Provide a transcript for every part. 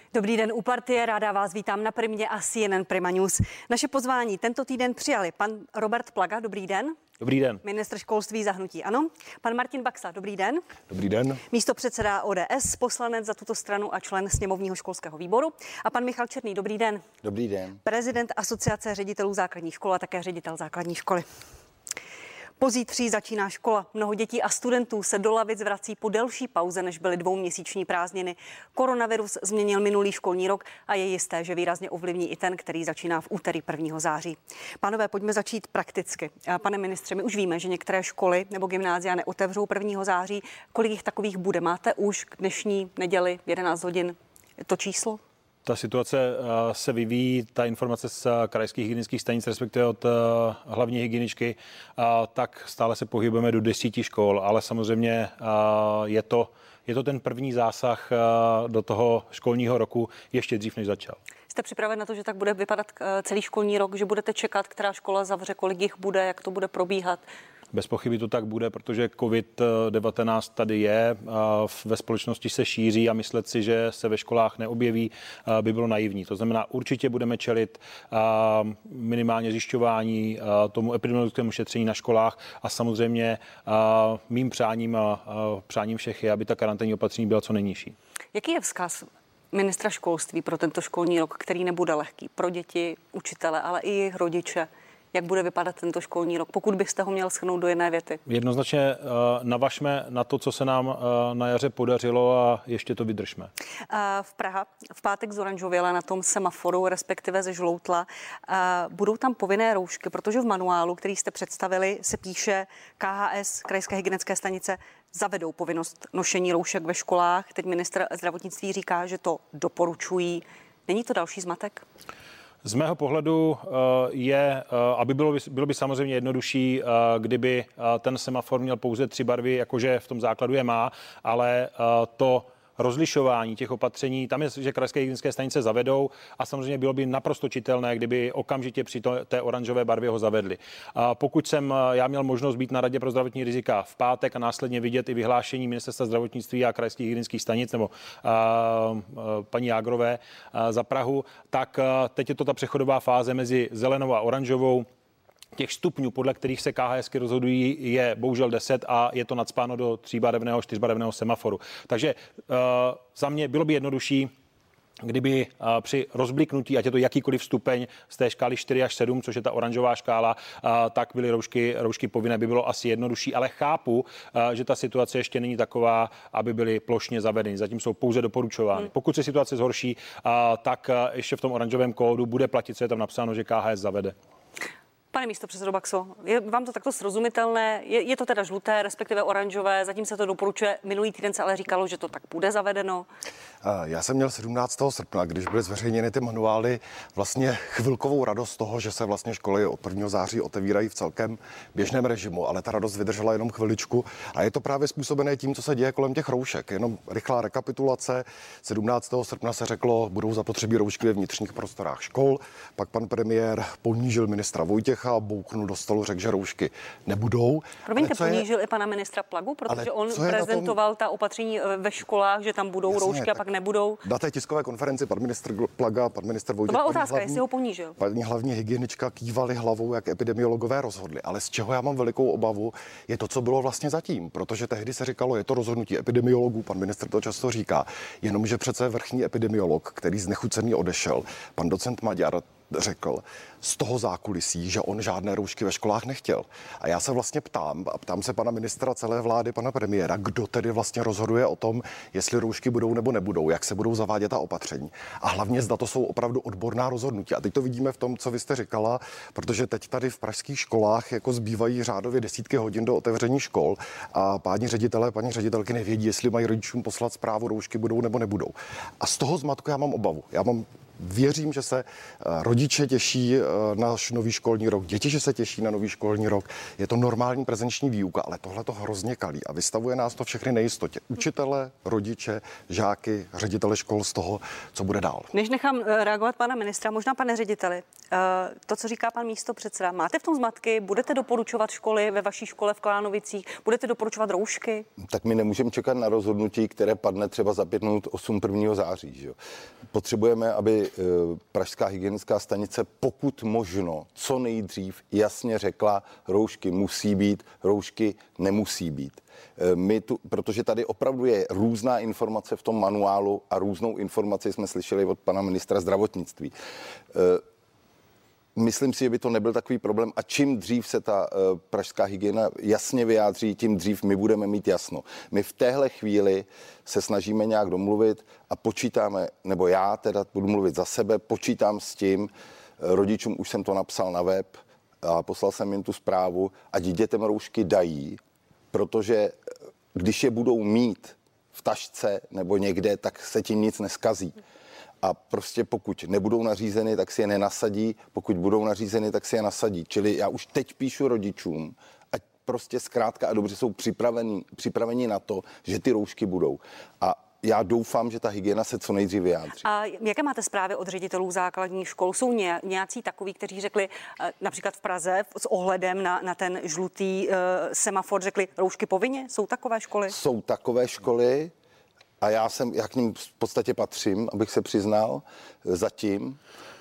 Dobrý den u Partie, ráda vás vítám na Primě a CNN Prima News. Naše pozvání tento týden přijali pan Robert Plaga, dobrý den. Dobrý den. Ministr školství za hnutí ANO. Pan Martin Baxa, dobrý den. Dobrý den. Místopředseda ODS, poslanec za tuto stranu a člen sněmovního školského výboru. A pan Michal Černý, dobrý den. Dobrý den. Prezident Asociace ředitelů základních škol a také ředitel základní školy. Pozítří začíná škola. Mnoho dětí a studentů se do lavic vrací po delší pauze, než byly dvouměsíční prázdniny. Koronavirus změnil minulý školní rok a je jisté, že výrazně ovlivní i ten, který začíná v úterý 1. září. Pánové, pojďme začít prakticky. Pane ministře, my už víme, že některé školy nebo gymnázia neotevřou 1. září. Kolik jich takových bude? Máte už k dnešní neděli 11 hodin to číslo? Ta situace se vyvíjí, ta informace z krajských hygienických stanic, respektive od hlavní hygieničky, tak stále se pohybujeme do 10 škol, ale samozřejmě je to ten první zásah do toho školního roku ještě dřív, než začal. Jste připraven na to, že tak bude vypadat celý školní rok, že budete čekat, která škola zavře, kolik jich bude, jak to bude probíhat? Bez pochyby to tak bude, protože COVID-19 tady je, ve společnosti se šíří a myslet si, že se ve školách neobjeví, by bylo naivní. To znamená, určitě budeme čelit minimálně zjišťování tomu epidemiologickému šetření na školách a samozřejmě mým přáním a přáním všech je, aby ta karanténní opatření byla co nejnižší. Jaký je vzkaz ministra školství pro tento školní rok, který nebude lehký pro děti, učitele, ale i jejich rodiče? Jak bude vypadat tento školní rok, pokud byste ho měl shrnout do jedné věty? Jednoznačně navažme na to, co se nám na jaře podařilo a ještě to vydržme. V Praha v pátek zoranžověla na tom semaforu, respektive ze žloutla. Budou tam povinné roušky, protože v manuálu, který jste představili, se píše KHS, Krajské hygienické stanice, zavedou povinnost nošení roušek ve školách. Teď ministr zdravotnictví říká, že to doporučují. Není to další zmatek? Z mého pohledu je, aby bylo by samozřejmě jednodušší, kdyby ten semafor měl pouze 3 barvy, jakože v tom základu je má, ale to rozlišování těch opatření, tam je, že krajské hygienické stanice zavedou a samozřejmě bylo by naprosto čitelné, kdyby okamžitě při té oranžové barvě ho zavedli. Pokud jsem já měl možnost být na Radě pro zdravotní rizika v pátek a následně vidět i vyhlášení ministerstva zdravotnictví a krajských hygienických stanic nebo paní Jágrové za Prahu, tak teď je to ta přechodová fáze mezi zelenou a oranžovou. Těch stupňů, podle kterých se KHSky rozhodují, je bohužel 10 a je to nacpáno do 3barevného, 4barevného semaforu. Takže za mě bylo by jednodušší, kdyby při rozbliknutí, ať je to jakýkoliv stupeň z té škály 4 až 7, což je ta oranžová škála, tak byly roušky povinné, by bylo asi jednodušší, ale chápu, že ta situace ještě není taková, aby byly plošně zavedeny. Zatím jsou pouze doporučovány. Pokud se situace zhorší, tak ještě v tom oranžovém kódu bude platit, co je tam napsáno, že KHS zavede. Pane místopředsedo Baxo, je vám to takto srozumitelné? Je to teda žluté, respektive oranžové, zatím se to doporučuje. Minulý týden se ale říkalo, že to tak bude zavedeno. Já jsem měl 17. srpna, když byly zveřejněny ty manuály, vlastně chvilkovou radost z toho, že se vlastně školy od 1. září otevírají v celkem běžném režimu, ale ta radost vydržela jenom chviličku a je to právě způsobené tím, co se děje kolem těch roušek. Jenom rychlá rekapitulace. 17. srpna se řeklo, budou zapotřebí roušky ve vnitřních prostorách škol, pak pan premiér ponížil ministra Vojtěcha a bouknul do stolu, řekl, že roušky nebudou. Promiňte, ponížil i pana ministra Plagu, protože on prezentoval ta opatření ve školách, že tam budou roušky a pak nebudou. Na té tiskové konferenci pan ministr Plaga, pan ministr Vojtěch. To byla otázka, jestli ho ponížil. Paní hlavní hygienička kývali hlavou, jak epidemiologové rozhodli. Ale z čeho já mám velikou obavu, je to, co bylo vlastně zatím, protože tehdy se říkalo, je to rozhodnutí epidemiologů, pan ministr to často říká, jenomže přece vrchní epidemiolog, který znechucený odešel, pan docent Maďar, řekl z toho zákulisí, že on žádné roušky ve školách nechtěl. A já se vlastně ptám se pana ministra, celé vlády, pana premiéra, kdo tedy vlastně rozhoduje o tom, jestli roušky budou nebo nebudou, jak se budou zavádět ta opatření. A hlavně zda to jsou opravdu odborná rozhodnutí. A teď to vidíme v tom, co vy jste říkala, protože teď tady v pražských školách jako zbývají řádově desítky hodin do otevření škol a páni ředitelé, paní ředitelky nevědí, jestli mají rodičům poslat zprávu, roušky budou nebo nebudou. A z toho zmatku já mám obavu. Věřím, že se rodiče těší náš nový školní rok, děti, že se těší na nový školní rok. Je to normální prezenční výuka, ale tohle to hrozně kalí a vystavuje nás to všechny nejistotě. Učitele, rodiče, žáky, ředitele škol z toho, co bude dál. Než nechám reagovat pana ministra, možná pane řediteli, to, co říká pan místopředseda, máte v tom zmatky, budete doporučovat školy ve vaší škole v Klánovicích, budete doporučovat roušky? Tak my nemůžeme čekat na rozhodnutí, které padne třeba za 5 minut 1. září. Že? Potřebujeme, aby pražská hygienická stanice pokud možno co nejdřív jasně řekla, roušky musí být, roušky nemusí být. Protože tady opravdu je různá informace v tom manuálu a různou informaci jsme slyšeli od pana ministra zdravotnictví. Myslím si, že by to nebyl takový problém a čím dřív se ta pražská hygiena jasně vyjádří, tím dřív my budeme mít jasno. My v téhle chvíli se snažíme nějak domluvit a počítáme, nebo já teda budu mluvit za sebe, počítám s tím, rodičům už jsem to napsal na web a poslal jsem jim tu zprávu, ať dětem roušky dají, protože když je budou mít v tašce nebo někde, tak se tím nic neskazí. A prostě pokud nebudou nařízeny, tak si je nenasadí, pokud budou nařízeny, tak si je nasadí. Čili já už teď píšu rodičům, ať prostě zkrátka a dobře jsou připraveni na to, že ty roušky budou. A já doufám, že ta hygiena se co nejdřív vyjádří. A jaké máte zprávy od ředitelů základních škol? Jsou nějací takoví, kteří řekli, například v Praze s ohledem na ten žlutý semafor, řekli roušky povinně? Jsou takové školy? Jsou takové školy. A já k ním v podstatě patřím, abych se přiznal, zatím.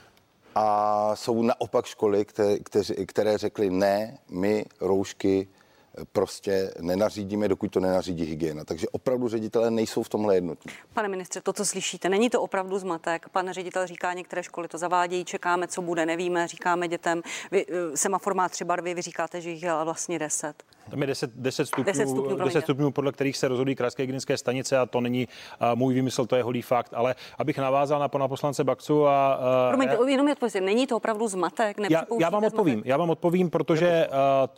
A jsou naopak školy, které řekly ne, my roušky prostě nenařídíme, dokud to nenařídí hygiena. Takže opravdu ředitelé nejsou v tomhle jednotní. Pane ministře, to, co slyšíte, není to opravdu zmatek? Pan ředitel říká, některé školy to zavádějí, čekáme, co bude, nevíme, říkáme dětem, semafor má 3 barvy, vy říkáte, že jich je vlastně 10. Tam je 10 stupňů, podle kterých se rozhodují krajské hygienické stanice a to není můj výmysl, to je holý fakt, ale abych navázal na pana poslance Baxu a... Promiňte, jenom je odpověď, není to opravdu zmatek? Já vám odpovím, protože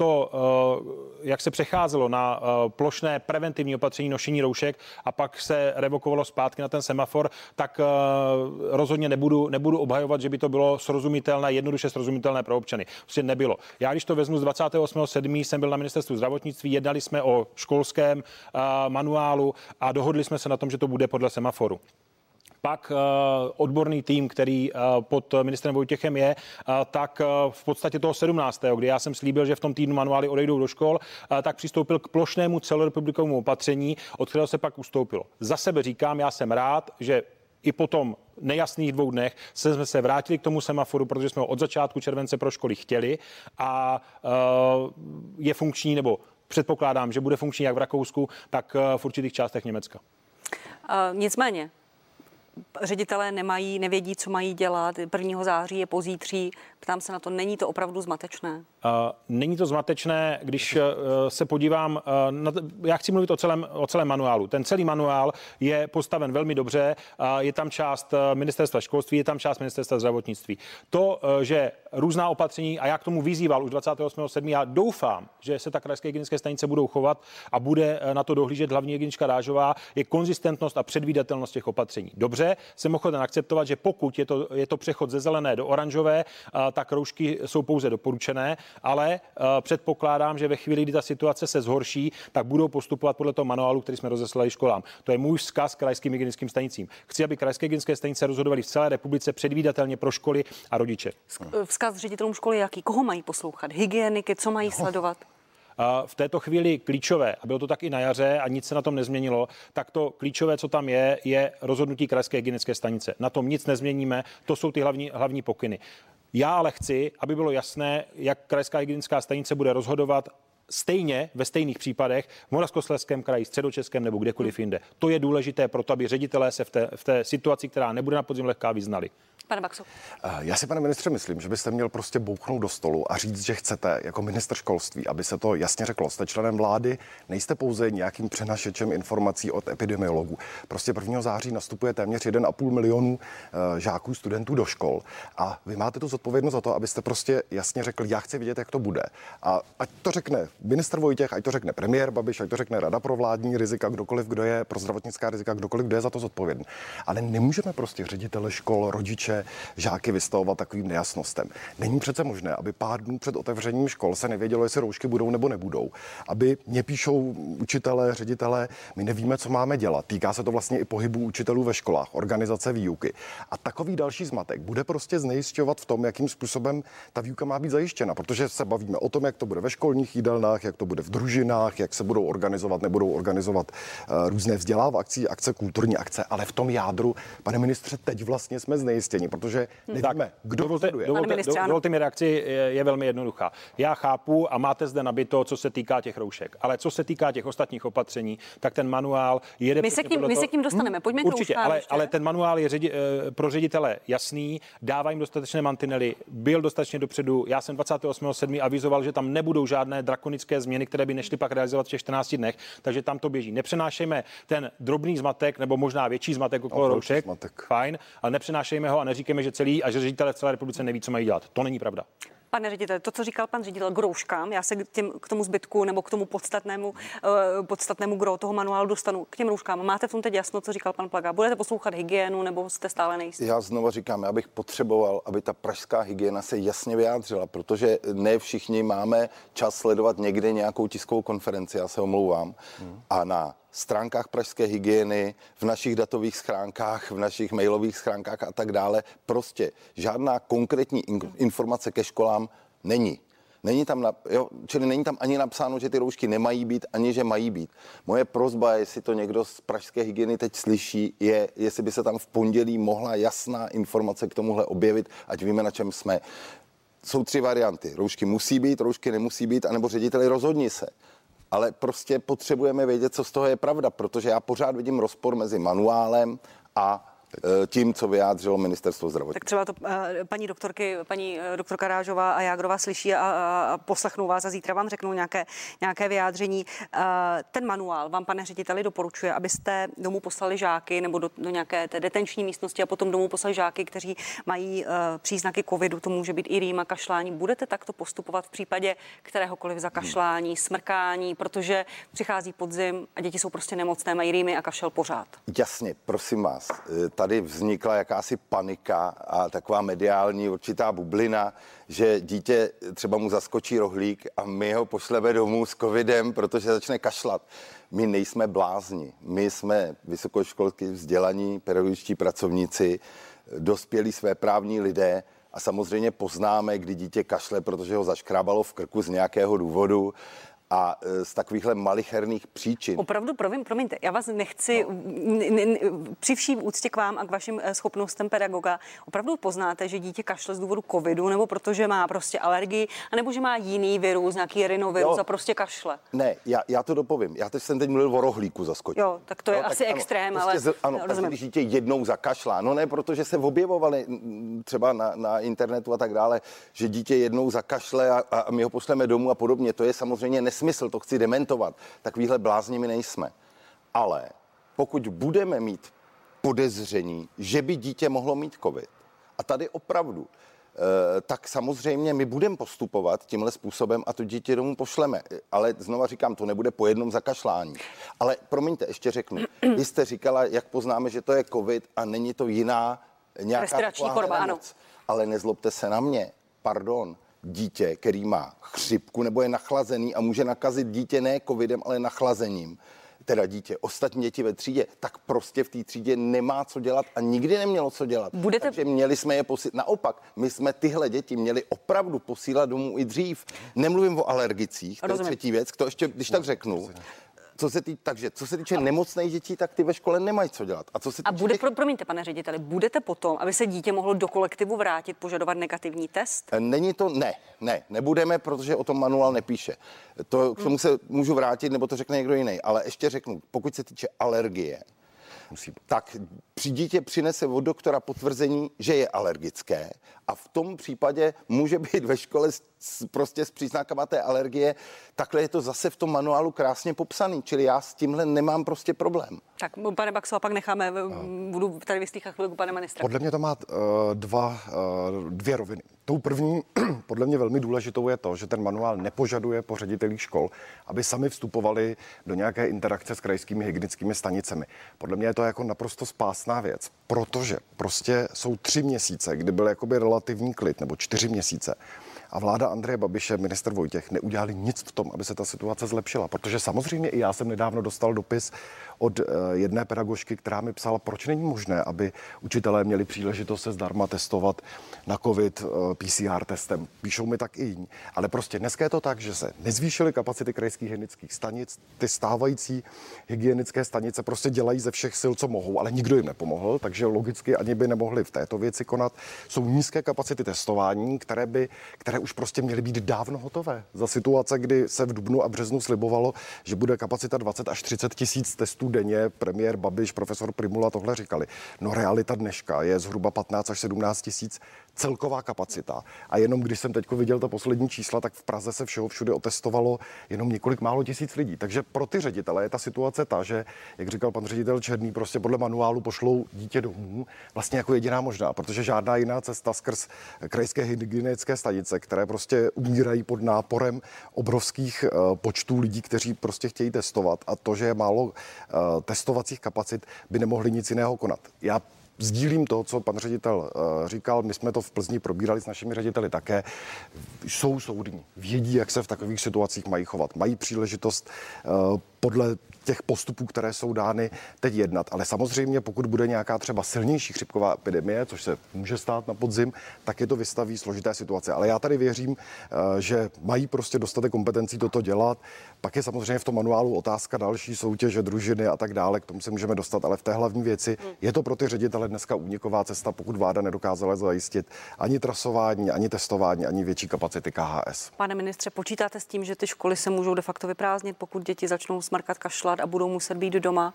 jak se přecházelo na plošné preventivní opatření nošení roušek a pak se revokovalo zpátky na ten semafor, tak rozhodně nebudu obhajovat, že by to bylo srozumitelné, jednoduše srozumitelné pro občany. Prostě nebylo. Já když to vezmu z 28.7. jsem byl na ministerstvu zdravotnictví, jednali jsme o školském manuálu a dohodli jsme se na tom, že to bude podle semaforu. Pak odborný tým, který pod ministrem Vojtěchem je, tak v podstatě toho 17., kdy já jsem slíbil, že v tom týdnu manuály odejdou do škol, tak přistoupil k plošnému celorepublikovému opatření, od kterého se pak ustoupilo. Za sebe říkám, já jsem rád, že i po tom nejasných 2 dnech jsme se vrátili k tomu semaforu, protože jsme ho od začátku července pro školy chtěli a je funkční, nebo předpokládám, že bude funkční jak v Rakousku, tak v určitých částech Německa. Nicméně, ředitelé nevědí, co mají dělat. 1. září je pozítří. Ptám se na to, není to opravdu zmatečné? Není to zmatečné, když se podívám, já chci mluvit o celém manuálu. Ten celý manuál je postaven velmi dobře, je tam část ministerstva školství, je tam část ministerstva zdravotnictví. To, že různá opatření, a já k tomu vyzýval už 28.7., já doufám, že se tak krajské hygienické stanice budou chovat a bude na to dohlížet hlavní hygienička Rážová, je konzistentnost a předvídatelnost těch opatření. Dobře, jsem ochoten akceptovat, že pokud je to přechod ze zelené do oranžové, tak roušky jsou pouze doporučené, ale předpokládám, že ve chvíli, kdy ta situace se zhorší, tak budou postupovat podle toho manuálu, který jsme rozeslali školám. To je můj vzkaz krajským hygienickým stanicím. Chci, aby krajské hygienické stanice rozhodovaly v celé republice předvídatelně pro školy a rodiče. Vzkaz ředitelům školy jaký? Koho mají poslouchat? Hygieniky, co mají sledovat? V této chvíli klíčové, a bylo to tak i na jaře a nic se na tom nezměnilo, tak to klíčové, co tam je rozhodnutí krajské hygienické stanice. Na tom nic nezměníme, to jsou ty hlavní pokyny. Já ale chci, aby bylo jasné, jak krajská hygienická stanice bude rozhodovat stejně ve stejných případech v Moravskoslezském kraji, Středočeském nebo kdekoliv jinde. To je důležité proto, aby ředitelé se v té situaci, která nebude na podzim lehká, vyznali. Pane Baxo. Já si, pane ministře, myslím, že byste měl prostě bouchnout do stolu a říct, že chcete jako ministr školství, aby se to jasně řeklo. Jste členem vlády, nejste pouze nějakým přenašečem informací od epidemiologů. Prostě 1. září nastupuje téměř 1,5 milionu žáků, studentů do škol a vy máte tu zodpovědnost za to, abyste prostě jasně řekl, já chci vidět, jak to bude. A ať to řekne ministr Vojtěch, ať to řekne premiér Babiš, ať to řekne Rada pro vládní rizika, kdokoliv, kdo je pro zdravotnická rizika, kdokoliv, kdo je za to zodpovědný. Ale nemůžeme prostě ředitele škol, rodiče, nemůžeme žáky vystavovat takovým nejasnostem. Není přece možné, aby pár dnů před otevřením škol se nevědělo, jestli roušky budou nebo nebudou. Aby mě píšou učitelé, ředitelé, my nevíme, co máme dělat. Týká se to vlastně i pohybu učitelů ve školách, organizace výuky. A takový další zmatek bude prostě znejisťovat v tom, jakým způsobem ta výuka má být zajištěna, protože se bavíme o tom, jak to bude ve školních jídelnách, jak to bude v družinách, jak se budou organizovat, nebudou organizovat různé vzdělávací akce, kulturní akce, ale v tom jádru, pane ministře, teď vlastně jsme znejistěni, protože nevíme, kdo rozhoduje. Dovolte mi reakci, je velmi jednoduchá. Já chápu a máte zde nabito, co se týká těch roušek, ale co se týká těch ostatních opatření, tak ten manuál jede... My se k tím dostaneme. Pojďme určitě, ale ten manuál je pro ředitele jasný, dává jim dostatečné mantinely, byl dostatečně dopředu. Já jsem 28.7. avizoval, že tam nebudou žádné drakonické změny, které by nešly pak realizovat v těch 14 dnech, takže tam to běží. Nepřenášejme ten drobný zmatek nebo možná větší zmatek okolo roušek. Fajn, ale nepřenášejme ho a neříkejme, že celý a že ředitele v celé republice neví, co mají dělat. To není pravda. Pane řediteli, to, co říkal pan ředitel k rouškám, já se k tomu zbytku nebo k tomu podstatnému gro toho manuálu dostanu. K těm rouškám. Máte v tom teď jasno, co říkal pan Plaga? Budete poslouchat hygienu nebo jste stále nejistí? Já znova říkám, já bych potřeboval, aby ta pražská hygiena se jasně vyjádřila, protože ne všichni máme čas sledovat někde nějakou tiskovou konferenci, já se omlouvám. A na stránkách pražské hygieny, v našich datových schránkách, v našich mailových schránkách a tak dále, prostě žádná konkrétní informace ke školám není. Čili není tam ani napsáno, že ty roušky nemají být, ani že mají být. Moje prosba, jestli to někdo z pražské hygieny teď slyší, je, jestli by se tam v pondělí mohla jasná informace k tomuhle objevit, ať víme, na čem jsme. Jsou 3 varianty. Roušky musí být, roušky nemusí být, anebo řediteli rozhodni se. Ale prostě potřebujeme vědět, co z toho je pravda, protože já pořád vidím rozpor mezi manuálem a tím, co vyjádřilo ministerstvo zdravotnictví. Tak třeba to paní doktorka Rážová a Jágrová slyší a poslechnou vás a zítra vám řeknou nějaké vyjádření. Ten manuál vám, pane řediteli, doporučuje, abyste domů poslali žáky nebo do nějaké té detenční místnosti a potom domů poslali žáky, kteří mají příznaky covidu, to může být i rýma, kašlání. Budete takto postupovat v případě kteréhokoliv zakašlání, smrkání, protože přichází podzim a děti jsou prostě nemocné, mají rýmy a kašel pořád. Jasně, prosím vás. Tady vznikla jakási panika a taková mediální určitá bublina, že dítě třeba mu zaskočí rohlík a my ho pošleme domů s covidem, protože začne kašlat. My nejsme blázni. My jsme vysokoškolsky vzdělaní pedagogičtí pracovníci, dospělí svéprávní lidé a samozřejmě poznáme, kdy dítě kašle, protože ho zaškrábalo v krku z nějakého důvodu. A z takovýchhle malicherných příčin. Opravdu, promiňte, já vás nechci, při vším úctě k vám a k vašim schopnostem pedagoga, opravdu poznáte, že dítě kašle z důvodu covidu, nebo protože má prostě alergii, anebo že má jiný virus, nějaký rinovirus a prostě kašle? Ne, já to dopovím. Já jsem teď mluvil o rohlíku zaskočení. Jo, tak to je asi ano, extrém, prostě ale ano, rozumím. Když dítě jednou zakašlá, no ne, protože se objevovaly třeba na internetu a tak dále, že dítě jednou zakašle a my ho pošleme domů a podobně. To je samozřejmě nesmysl, to chci dementovat. Takovýhle blázni my nejsme. Ale pokud budeme mít podezření, že by dítě mohlo mít covid, a tady opravdu, tak samozřejmě my budeme postupovat tímhle způsobem a to dítě domů pošleme. Ale znova říkám, to nebude po jednom zakašlání. Ale promiňte, ještě řeknu. Vy jste říkala, jak poznáme, že to je covid a není to jiná nějaká respirační choroba, ano. Ale nezlobte se na mě. Pardon. Dítě, který má chřipku nebo je nachlazený a může nakazit dítě ne covidem, ale nachlazením, teda dítě, ostatní děti ve třídě, tak prostě v té třídě nemá co dělat a nikdy nemělo co dělat. Takže měli jsme je posílat. Naopak, my jsme tyhle děti měli opravdu posílat domů i dřív. Nemluvím o alergicích, to je třetí věc, to ještě, když tak řeknu. Co se týče nemocných dětí, tak ty ve škole nemají co dělat. Promiňte, pane řediteli, budete potom, aby se dítě mohlo do kolektivu vrátit, požadovat negativní test? Není to, nebudeme, protože o tom manuál nepíše. To k tomu se můžu vrátit, nebo to řekne někdo jiný. Ale ještě řeknu, pokud se týče alergie, tak při dítě přinese od doktora potvrzení, že je alergické a v tom případě může být ve škole prostě s příznakama té alergie. Takhle je to zase v tom manuálu krásně popsaný, čili já s tímhle nemám prostě problém. Tak, pane Baxo, a pak budu tady vyslýchat chvilku pane ministra. Podle mě to má dvě roviny. Tou první, podle mě velmi důležitou je to, že ten manuál nepožaduje po ředitelích škol, aby sami vstupovali do nějaké interakce s krajskými hygienickými stanicemi. Podle mě je to jako naprosto spásná věc, protože prostě jsou 3 měsíce, kdy byl jakoby relativní klid, nebo 4 měsíce. A vláda Andreje Babiše, ministr Vojtěch, neudělali nic v tom, aby se ta situace zlepšila. Protože samozřejmě i já jsem nedávno dostal dopis od jedné pedagožky, která mi psala, proč není možné, aby učitelé měli příležitost se zdarma testovat na COVID PCR testem. Píšou mi tak i jiní. Ale prostě dneska je to tak, že se nezvýšily kapacity krajských hygienických stanic. Ty stávající hygienické stanice prostě dělají ze všech sil, co mohou, ale nikdo jim nepomohl, takže logicky ani by nemohli v této věci konat. Jsou nízké kapacity testování, které už prostě měly být dávno hotové. Za situace, kdy se v dubnu a březnu slibovalo, že bude kapacita 20 až 30 tisíc testů denně, premiér Babiš, profesor Prymula tohle říkali. No realita dneška je zhruba 15 až 17 tisíc celková kapacita. A jenom když jsem teď viděl ta poslední čísla, tak v Praze se všude otestovalo jenom několik málo tisíc lidí. Takže pro ty ředitele je ta situace ta, že, jak říkal pan ředitel Černý, prostě podle manuálu pošlou dítě domů vlastně jako jediná možná, protože žádná jiná cesta skrz krajské hygienické stanice, které prostě umírají pod náporem obrovských počtů lidí, kteří prostě chtějí testovat, a to, že je málo testovacích kapacit, by nemohli nic jiného konat. Já sdílím to, co pan ředitel říkal, my jsme to v Plzni probírali s našimi řediteli také. Jsou soudní, vědí, jak se v takových situacích mají chovat. Mají příležitost podle těch postupů, které jsou dány, teď jednat. Ale samozřejmě, pokud bude nějaká třeba silnější chřipková epidemie, což se může stát na podzim, tak je to vystaví složité situace. Ale já tady věřím, že mají prostě dostatek kompetencí toto dělat. Pak je samozřejmě v tom manuálu otázka další soutěže, družiny a tak dále, k tomu se můžeme dostat, ale v té hlavní věci je to pro ty ředitele dneska úniková cesta, pokud vláda nedokázala zajistit ani trasování, ani testování, ani větší kapacity KHS. Pane ministře, počítáte s tím, že ty školy se můžou de facto vyprázdnit, pokud děti začnou smrkat, kašlat a budou muset být doma?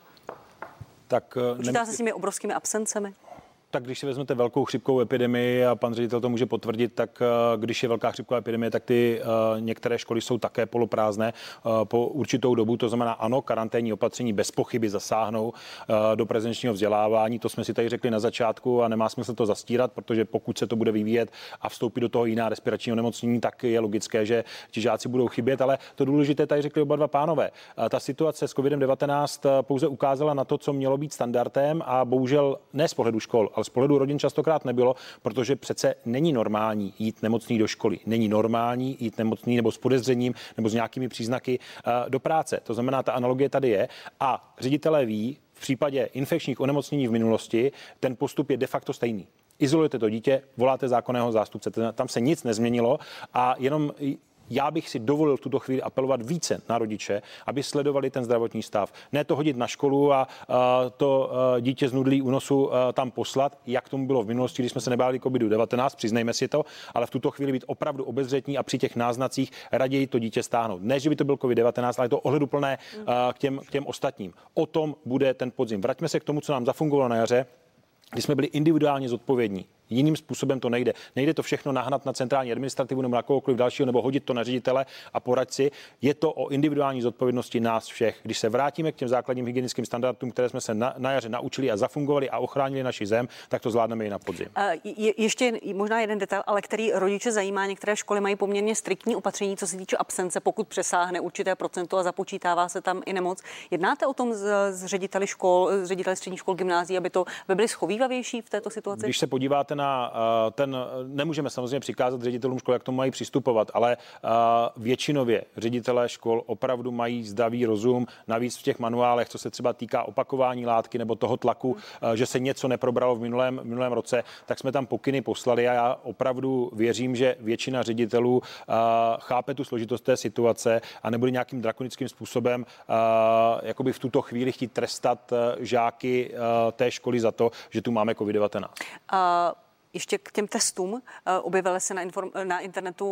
Tak počítáte s těmi obrovskými absencemi? Tak když si vezmete velkou chřipkovou epidemii, a pan ředitel to může potvrdit, tak když je velká chřipková epidemie, tak ty některé školy jsou také poloprázdné po určitou dobu. To znamená, ano, karanténní opatření bez pochyby zasáhnou do prezenčního vzdělávání. To jsme si tady řekli na začátku a nemá smysl to zastírat, protože pokud se to bude vyvíjet a vstoupí do toho jiná respirační onemocnění, tak je logické, že ti žáci budou chybět. Ale to důležité tady řekli oba dva pánové. Ta situace s COVID-19 pouze ukázala na to, co mělo být standardem, a bohužel ne z pohledu škol, ale z pohledu rodin častokrát nebylo, protože přece není normální jít nemocný do školy. Není normální jít nemocný nebo s podezřením nebo s nějakými příznaky do práce. To znamená, ta analogie tady je a ředitelé ví, v případě infekčních onemocnění v minulosti ten postup je de facto stejný. Izolujete to dítě, voláte zákonného zástupce. Tam se nic nezměnilo a jenom já bych si dovolil v tuto chvíli apelovat více na rodiče, aby sledovali ten zdravotní stav. Ne to hodit na školu a to dítě z nudlí únosu tam poslat, jak tomu bylo v minulosti, když jsme se nebáli COVID-19, přiznejme si to, ale v tuto chvíli být opravdu obezřetní a při těch náznacích raději to dítě stáhnout. Ne, že by to byl COVID-19, ale je to ohleduplné k těm ostatním. O tom bude ten podzim. Vraťme se k tomu, co nám zafungovalo na jaře, kdy jsme byli individuálně zodpovědní. Jiným způsobem to nejde. Nejde to všechno nahnat na centrální administrativu nebo na kohokoliv dalšího, nebo hodit to na ředitele a poradci. Je to o individuální zodpovědnosti nás všech. Když se vrátíme k těm základním hygienickým standardům, které jsme se na jaře naučili a zafungovali a ochránili naši zem, tak to zvládneme i na podzim. Ještě možná jeden detail, ale který rodiče zajímá. Některé školy mají poměrně striktní opatření, co se týče absence, pokud přesáhne určité procento a započítává se tam i nemoc. Jednáte o tom s řediteli škol, s řediteli středních škol, gymnázií, aby byli schovývavější v této situaci? Když se podíváte na nemůžeme samozřejmě přikázat ředitelům škol, jak tomu mají přistupovat, ale většinově ředitelé škol opravdu mají zdravý rozum, navíc v těch manuálech, co se třeba týká opakování látky nebo toho tlaku, že se něco neprobralo v minulém roce, tak jsme tam pokyny poslali a já opravdu věřím, že většina ředitelů chápe tu složitost té situace a nebude nějakým drakonickým způsobem jakoby v tuto chvíli chtít trestat žáky té školy za to, že tu máme COVID-19. Ještě k těm testům objevily se na internetu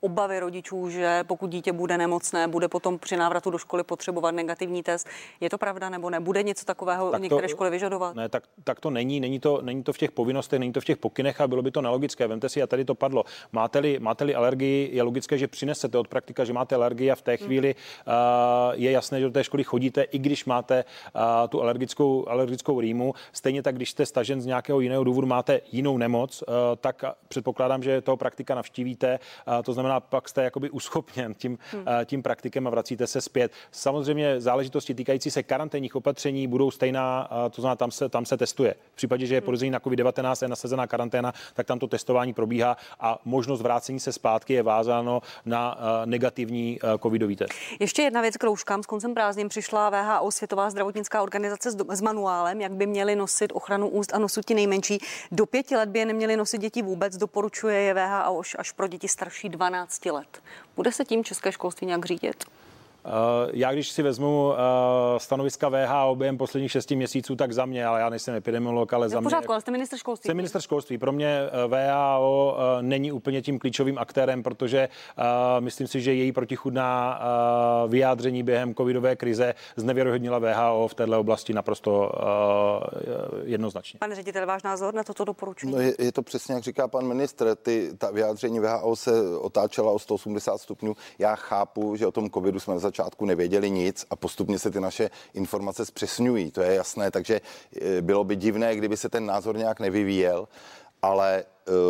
obavy rodičů, že pokud dítě bude nemocné, bude potom při návratu do školy potřebovat negativní test. Je to pravda nebo ne? Bude něco takového některé školy vyžadovat? Ne, tak to není. Není to v těch povinnostech, není to v těch pokynech a bylo by to nelogické. Vemte si, a tady to padlo. Máte-li alergii, je logické, že přinesete od praktika, že máte alergii a v té chvíli je jasné, že do té školy chodíte, i když máte tu alergickou rýmu. Stejně tak, když jste stažen z nějakého jiného důvodu, máte jinou nemoc, tak předpokládám, že toho praktika navštívíte. To znamená, pak jste jakoby uschopněn tím praktikem a vracíte se zpět. Samozřejmě záležitosti týkající se karanténních opatření budou stejná, to znamená, tam se testuje. V případě, že je podezření na COVID-19 je nasazená karanténa, tak tam to testování probíhá a možnost vrácení se zpátky je vázáno na negativní covidový test. Ještě jedna věc k rouškám. S koncem prázdnin přišla WHO, Světová zdravotnická organizace, s manuálem, jak by měli nosit ochranu úst a nosu ti nejmenší. Do 5 let by je neměli nosit děti vůbec, doporučuje je WHO až pro děti starší 12 let. Bude se tím české školství nějak řídit? Já když si vezmu stanoviska WHO během posledních 6 měsíců, tak za mě, ale já nejsem epidemiolog, ale za mě... Pořádku, ale jste ministr školství. Jsem ministr školství. Pro mě WHO není úplně tím klíčovým aktérem, protože myslím si, že její protichůdná vyjádření během covidové krize znevěrohodnila WHO v této oblasti naprosto jednoznačně. Pane ředitel, váš názor na toto doporučení? No je to přesně, jak říká pan ministr. Ta vyjádření WHO se otáčela o 180 stupňů. Já chápu, že o tom covidu jsme na začátku nevěděli nic a postupně se ty naše informace zpřesňují, to je jasné, takže bylo by divné, kdyby se ten názor nějak nevyvíjel, ale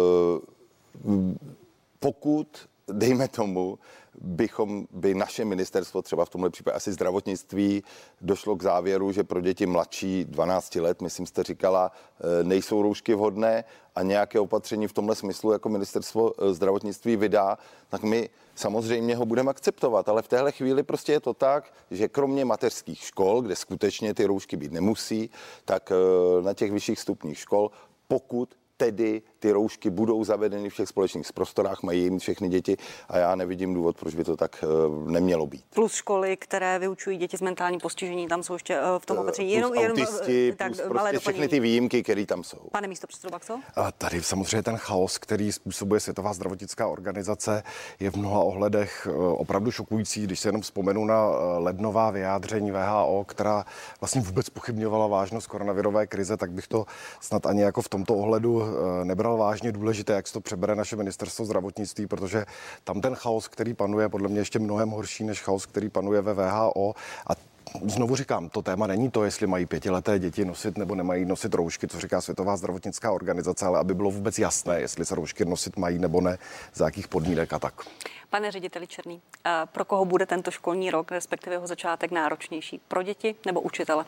pokud, dejme tomu, by naše ministerstvo, třeba v tomhle případě asi zdravotnictví, došlo k závěru, že pro děti mladší 12 let, myslím, jste říkala, nejsou roušky vhodné a nějaké opatření v tomhle smyslu jako ministerstvo zdravotnictví vydá, tak my samozřejmě ho budeme akceptovat, ale v téhle chvíli prostě je to tak, že kromě mateřských škol, kde skutečně ty roušky být nemusí, tak na těch vyšších stupních škol, pokud tedy ty roušky budou zavedeny v všech společných prostorách, mají jim všechny děti a já nevidím důvod, proč by to tak nemělo být. Plus školy, které vyučují děti s mentálním postižením, tam jsou ještě v tom opatření. Jenom autisti, tak, plus prostě všechny ty výjimky, které tam jsou. Pane místopředsedo Baxo? Tady samozřejmě ten chaos, který způsobuje Světová zdravotnická organizace, je v mnoha ohledech opravdu šokující. Když se jenom vzpomenu na lednová vyjádření WHO, která vlastně vůbec pochybňovala vážnost koronavirové krize, tak bych to snad ani jako v tomto ohledu nebral vážně. Důležité, jak se to přebere naše ministerstvo zdravotnictví, protože tam ten chaos, který panuje, podle mě ještě mnohem horší než chaos, který panuje ve WHO. A znovu říkám, to téma není to, jestli mají 5leté děti nosit nebo nemají nosit roušky, co říká Světová zdravotnická organizace, ale aby bylo vůbec jasné, jestli se roušky nosit mají nebo ne, za jakých podmínek a tak. Pane řediteli Černý, pro koho bude tento školní rok, respektive jeho začátek náročnější? Pro děti nebo učitele?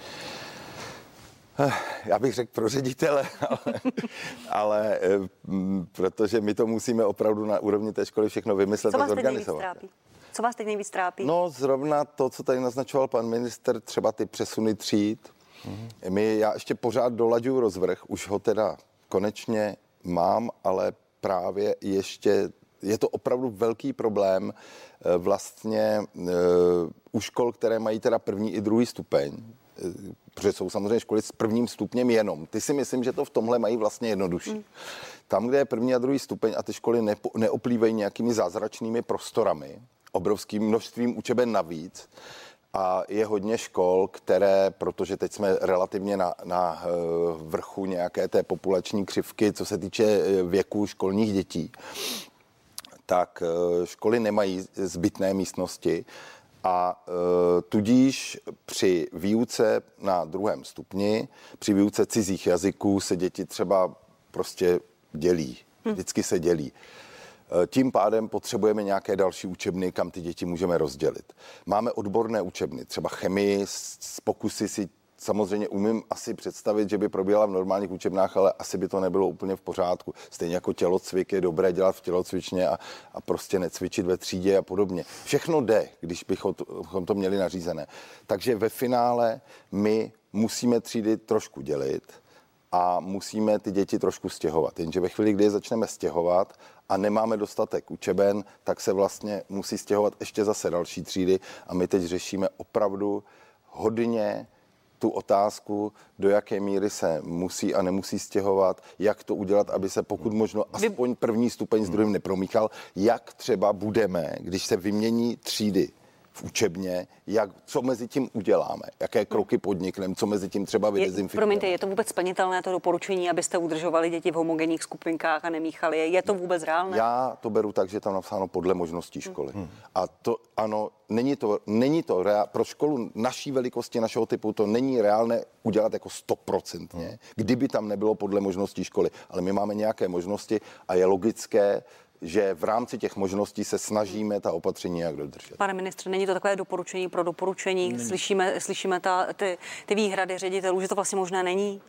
Já bych řekl pro ředitele, ale protože my to musíme opravdu na úrovni té školy všechno vymyslet a zorganizovat. Co vás teď nejvíc trápí? No zrovna to, co tady naznačoval pan minister, třeba ty přesuny tříd. Já ještě pořád dolaďuju rozvrh, už ho teda konečně mám, ale právě ještě je to opravdu velký problém vlastně u škol, které mají teda první i druhý stupeň, protože jsou samozřejmě školy s prvním stupněm jenom. Ty si myslím, že to v tomhle mají vlastně jednodušší. Tam, kde je první a druhý stupeň a ty školy neoplývají nějakými zázračnými prostorami, obrovským množstvím učeben navíc, a je hodně škol, které, protože teď jsme relativně na vrchu nějaké té populační křivky, co se týče věku školních dětí, tak školy nemají zbytné místnosti a tudíž při výuce na druhém stupni, při výuce cizích jazyků se děti třeba prostě dělí. Vždycky se dělí. Tím pádem potřebujeme nějaké další učebny, kam ty děti můžeme rozdělit. Máme odborné učebny, třeba chemii, s pokusy si samozřejmě umím asi představit, že by probíhala v normálních učebnách, ale asi by to nebylo úplně v pořádku. Stejně jako tělocvik je dobré dělat v tělocvičně a prostě necvičit ve třídě a podobně. Všechno jde, když bychom to měli nařízené. Takže ve finále my musíme třídy trošku dělit a musíme ty děti trošku stěhovat. Jenže ve chvíli, kdy je začneme stěhovat a nemáme dostatek učeben, tak se vlastně musí stěhovat ještě zase další třídy a my teď řešíme opravdu hodně tu otázku, do jaké míry se musí a nemusí stěhovat, jak to udělat, aby se pokud možno aspoň první stupeň s druhým nepromíchal, jak třeba budeme, když se vymění třídy v učebně, co mezi tím uděláme, jaké kroky podnikneme, co mezi tím třeba vydezinfikujeme. Promiňte, je to vůbec splnitelné to doporučení, abyste udržovali děti v homogenních skupinkách a nemíchali je? Je to vůbec reálné? Já to beru tak, že tam napsáno podle možností školy. A to ano, není to pro školu naší velikosti, našeho typu, to není reálné udělat jako 100%, kdyby tam nebylo podle možností školy. Ale my máme nějaké možnosti a je logické, že v rámci těch možností se snažíme ta opatření jak dodržet. Pane ministře, není to takové doporučení pro doporučení? Slyšíme ty výhrady ředitelů, že to vlastně možné není?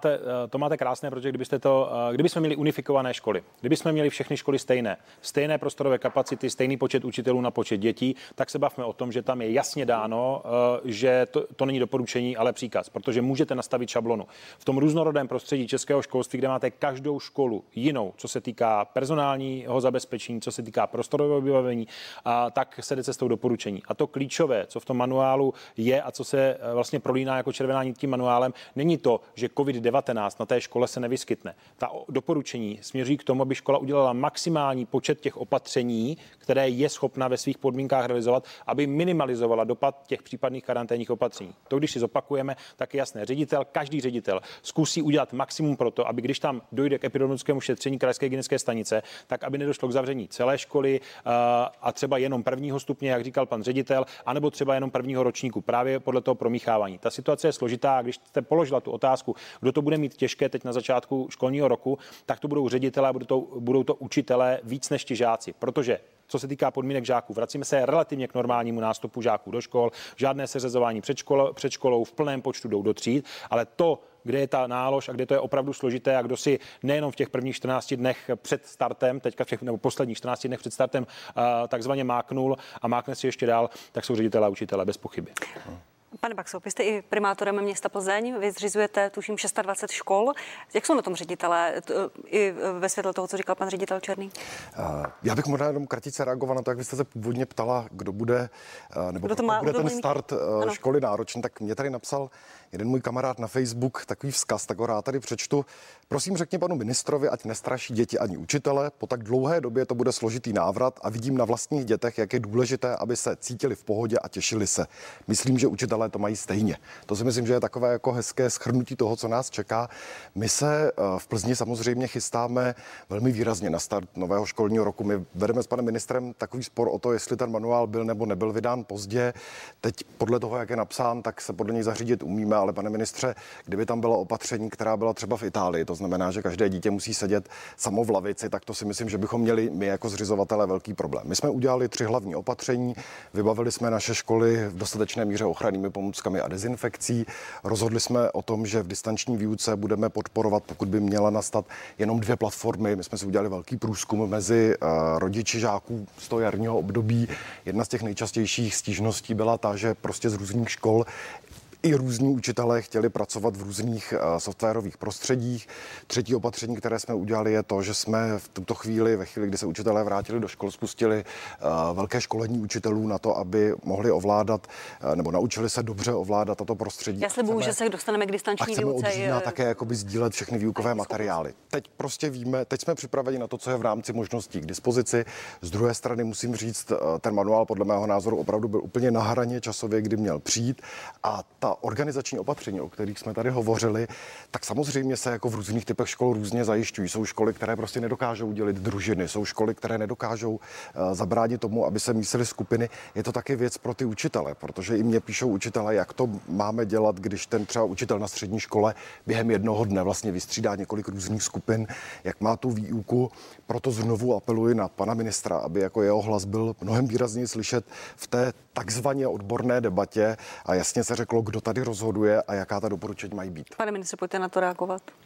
To máte krásné, protože kdybychom měli unifikované školy, kdybychom měli všechny školy stejné prostorové kapacity, stejný počet učitelů na počet dětí, tak se bavme o tom, že tam je jasně dáno, že to není doporučení, ale příkaz, protože můžete nastavit šablonu. V tom různorodém prostředí českého školství, kde máte každou školu jinou, co se týká personálního zabezpečení, co se týká prostorového vybavení, tak se jde cestou doporučení. A to klíčové, co v tom manuálu je a co se vlastně prolíná jako červená nit tím manuálem, není to, že COVID-19 na té škole se nevyskytne. Ta doporučení směří k tomu, aby škola udělala maximální počet těch opatření, které je schopna ve svých podmínkách realizovat, aby minimalizovala dopad těch případných karanténních opatření. To, když si zopakujeme, tak je jasné. Každý ředitel zkusí udělat maximum pro to, aby když tam dojde k epidemiologickému šetření krajské hygienické stanice, tak aby nedošlo k zavření celé školy a třeba jenom prvního stupně, jak říkal pan ředitel, anebo třeba jenom prvního ročníku, právě podle toho promíchávání. Ta situace je složitá a když jste položila tu otázku, kdo to bude mít těžké teď na začátku školního roku, tak to budou ředitelé a budou to učitelé víc než ti žáci, protože co se týká podmínek žáků, vracíme se relativně k normálnímu nástupu žáků do škol, žádné seřazování před školou, v plném počtu jdou do tříd, ale to, kde je ta nálož a kde to je opravdu složité a kdo si nejenom v těch prvních 14 dnech před startem, nebo posledních 14 dnech před startem takzvaně máknul a mákne si ještě dál, tak jsou ředitelé a učitelé bez pochyby. Pane Baxo, vy jste i primátorem města Plzeň, vy zřizujete, tuším, 620 škol. Jak jsou na tom ředitelé, i ve světle toho, co říkal pan ředitel Černý? Já bych možná jenom kratice reagoval na to, jak vy jste se původně ptala, kdo bude, nebo kdo bude ten start školy náročný, tak mě tady napsal jeden můj kamarád na Facebook takový vzkaz, tak ho rád tady přečtu. Prosím, řekni panu ministrovi, ať nestraší děti ani učitele. Po tak dlouhé době to bude složitý návrat a vidím na vlastních dětech, jak je důležité, aby se cítili v pohodě a těšili se. Myslím, že učitelé to mají stejně. To si myslím, že je takové jako hezké shrnutí toho, co nás čeká. My se v Plzni samozřejmě chystáme velmi výrazně na start nového školního roku. My vedeme s panem ministrem takový spor o to, jestli ten manuál byl nebo nebyl vydán pozdě. Teď podle toho, jak je napsán, tak se podle něj zařídit umíme, ale pane ministře, kdyby tam byla opatření, která byla třeba v Itálii, to znamená, že každé dítě musí sedět samo v lavici, tak to si myslím, že bychom měli my jako zřizovatelé velký problém. My jsme udělali 3 hlavní opatření, vybavili jsme naše školy v dostatečné míře ochrannými pomůckami a dezinfekcí. Rozhodli jsme o tom, že v distanční výuce budeme podporovat, pokud by měla nastat, jenom 2 platformy. My jsme si udělali velký průzkum mezi rodiči žáků z toho jarního období. Jedna z těch nejčastějších stížností byla ta, že prostě z různých škol i různí učitelé chtěli pracovat v různých softwarových prostředích. Třetí opatření, které jsme udělali, je to, že jsme v tuto chvíli, ve chvíli, kdy se učitelé vrátili do škol, spustili velké školení učitelů na to, aby mohli ovládat nebo naučili se dobře ovládat tato prostředí. Já slibuju, že se dostaneme k distanční výuce. A chceme od října také jakoby sdílet všechny výukové materiály. Teď prostě víme, teď jsme připraveni na to, co je v rámci možností k dispozici. Z druhé strany musím říct, ten manuál podle mého názoru opravdu byl úplně na hraně časově, kdy měl přijít, a ta organizační opatření, o kterých jsme tady hovořili, tak samozřejmě se jako v různých typech škol různě zajišťují. Jsou školy, které prostě nedokážou dělit družiny, jsou školy, které nedokážou zabránit tomu, aby se mísily skupiny. Je to taky věc pro ty učitele, protože i mě píšou učitele, jak to máme dělat, když ten třeba učitel na střední škole během jednoho dne vlastně vystřídá několik různých skupin, jak má tu výuku. Proto znovu apeluji na pana ministra, aby jako jeho hlas byl mnohem výrazněji slyšet v té takzvaně odborné debatě a jasně se řeklo, kdo tady rozhoduje a jaká ta doporučení mají být. Pane ministře, pojďte na to reagovat.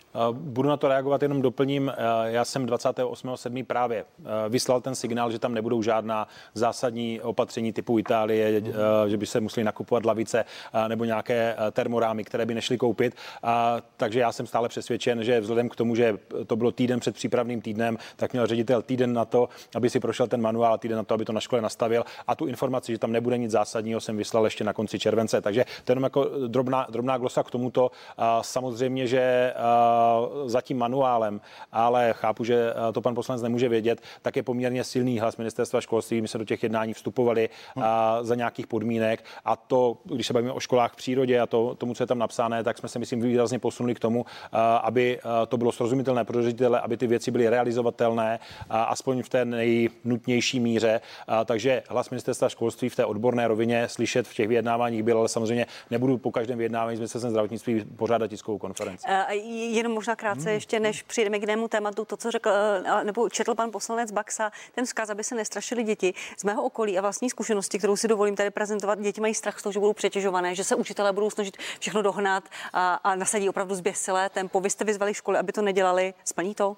Budu na to reagovat, jenom doplním. Já jsem 28.7. právě vyslal ten signál, že tam nebudou žádná zásadní opatření typu Itálie, že by se museli nakupovat lavice nebo nějaké termorámy, které by nešly koupit. Takže já jsem stále přesvědčen, že vzhledem k tomu, že to bylo týden před přípravným týdnem, tak měl ředitel týden na to, aby si prošel ten manuál, týden na to, aby to na škole nastavil. A tu informaci, že tam nebude nic zásadního, jsem vyslal ještě na konci července. Takže to je jenom jako drobná glosa k tomuto. Samozřejmě, že za tím manuálem, ale chápu, že to pan poslanec nemůže vědět, tak je poměrně silný hlas ministerstva školství. My se do těch jednání vstupovali za nějakých podmínek a to, když se bavíme o školách v přírodě a tomu, co je tam napsané, tak jsme se, myslím, výrazně posunuli k tomu, aby to bylo srozumitelné pro ředitele, aby ty věci byly realizovatelné, aspoň v té nejnutnější míře. Takže hlas ministerstva školství v té odborné rovině slyšet v těch vyjednáváních byl, ale samozřejmě nebudu po každém vyjednávání s ministerstvem zdravotnictví pořádat tiskovou konferenci. Jenom možná krátce ještě, než přijdeme k jinému tématu, to, co řekl nebo četl pan poslanec Baxa, ten vzkaz, aby se nestrašili děti. Z mého okolí a vlastní zkušenosti, kterou si dovolím tady prezentovat, děti mají strach z toho, že budou přetěžované, že se učitelé budou snažit všechno dohnat a nasadí opravdu zběsilé tempo. Vy jste vyzvali školy, aby to nedělali. Splní to?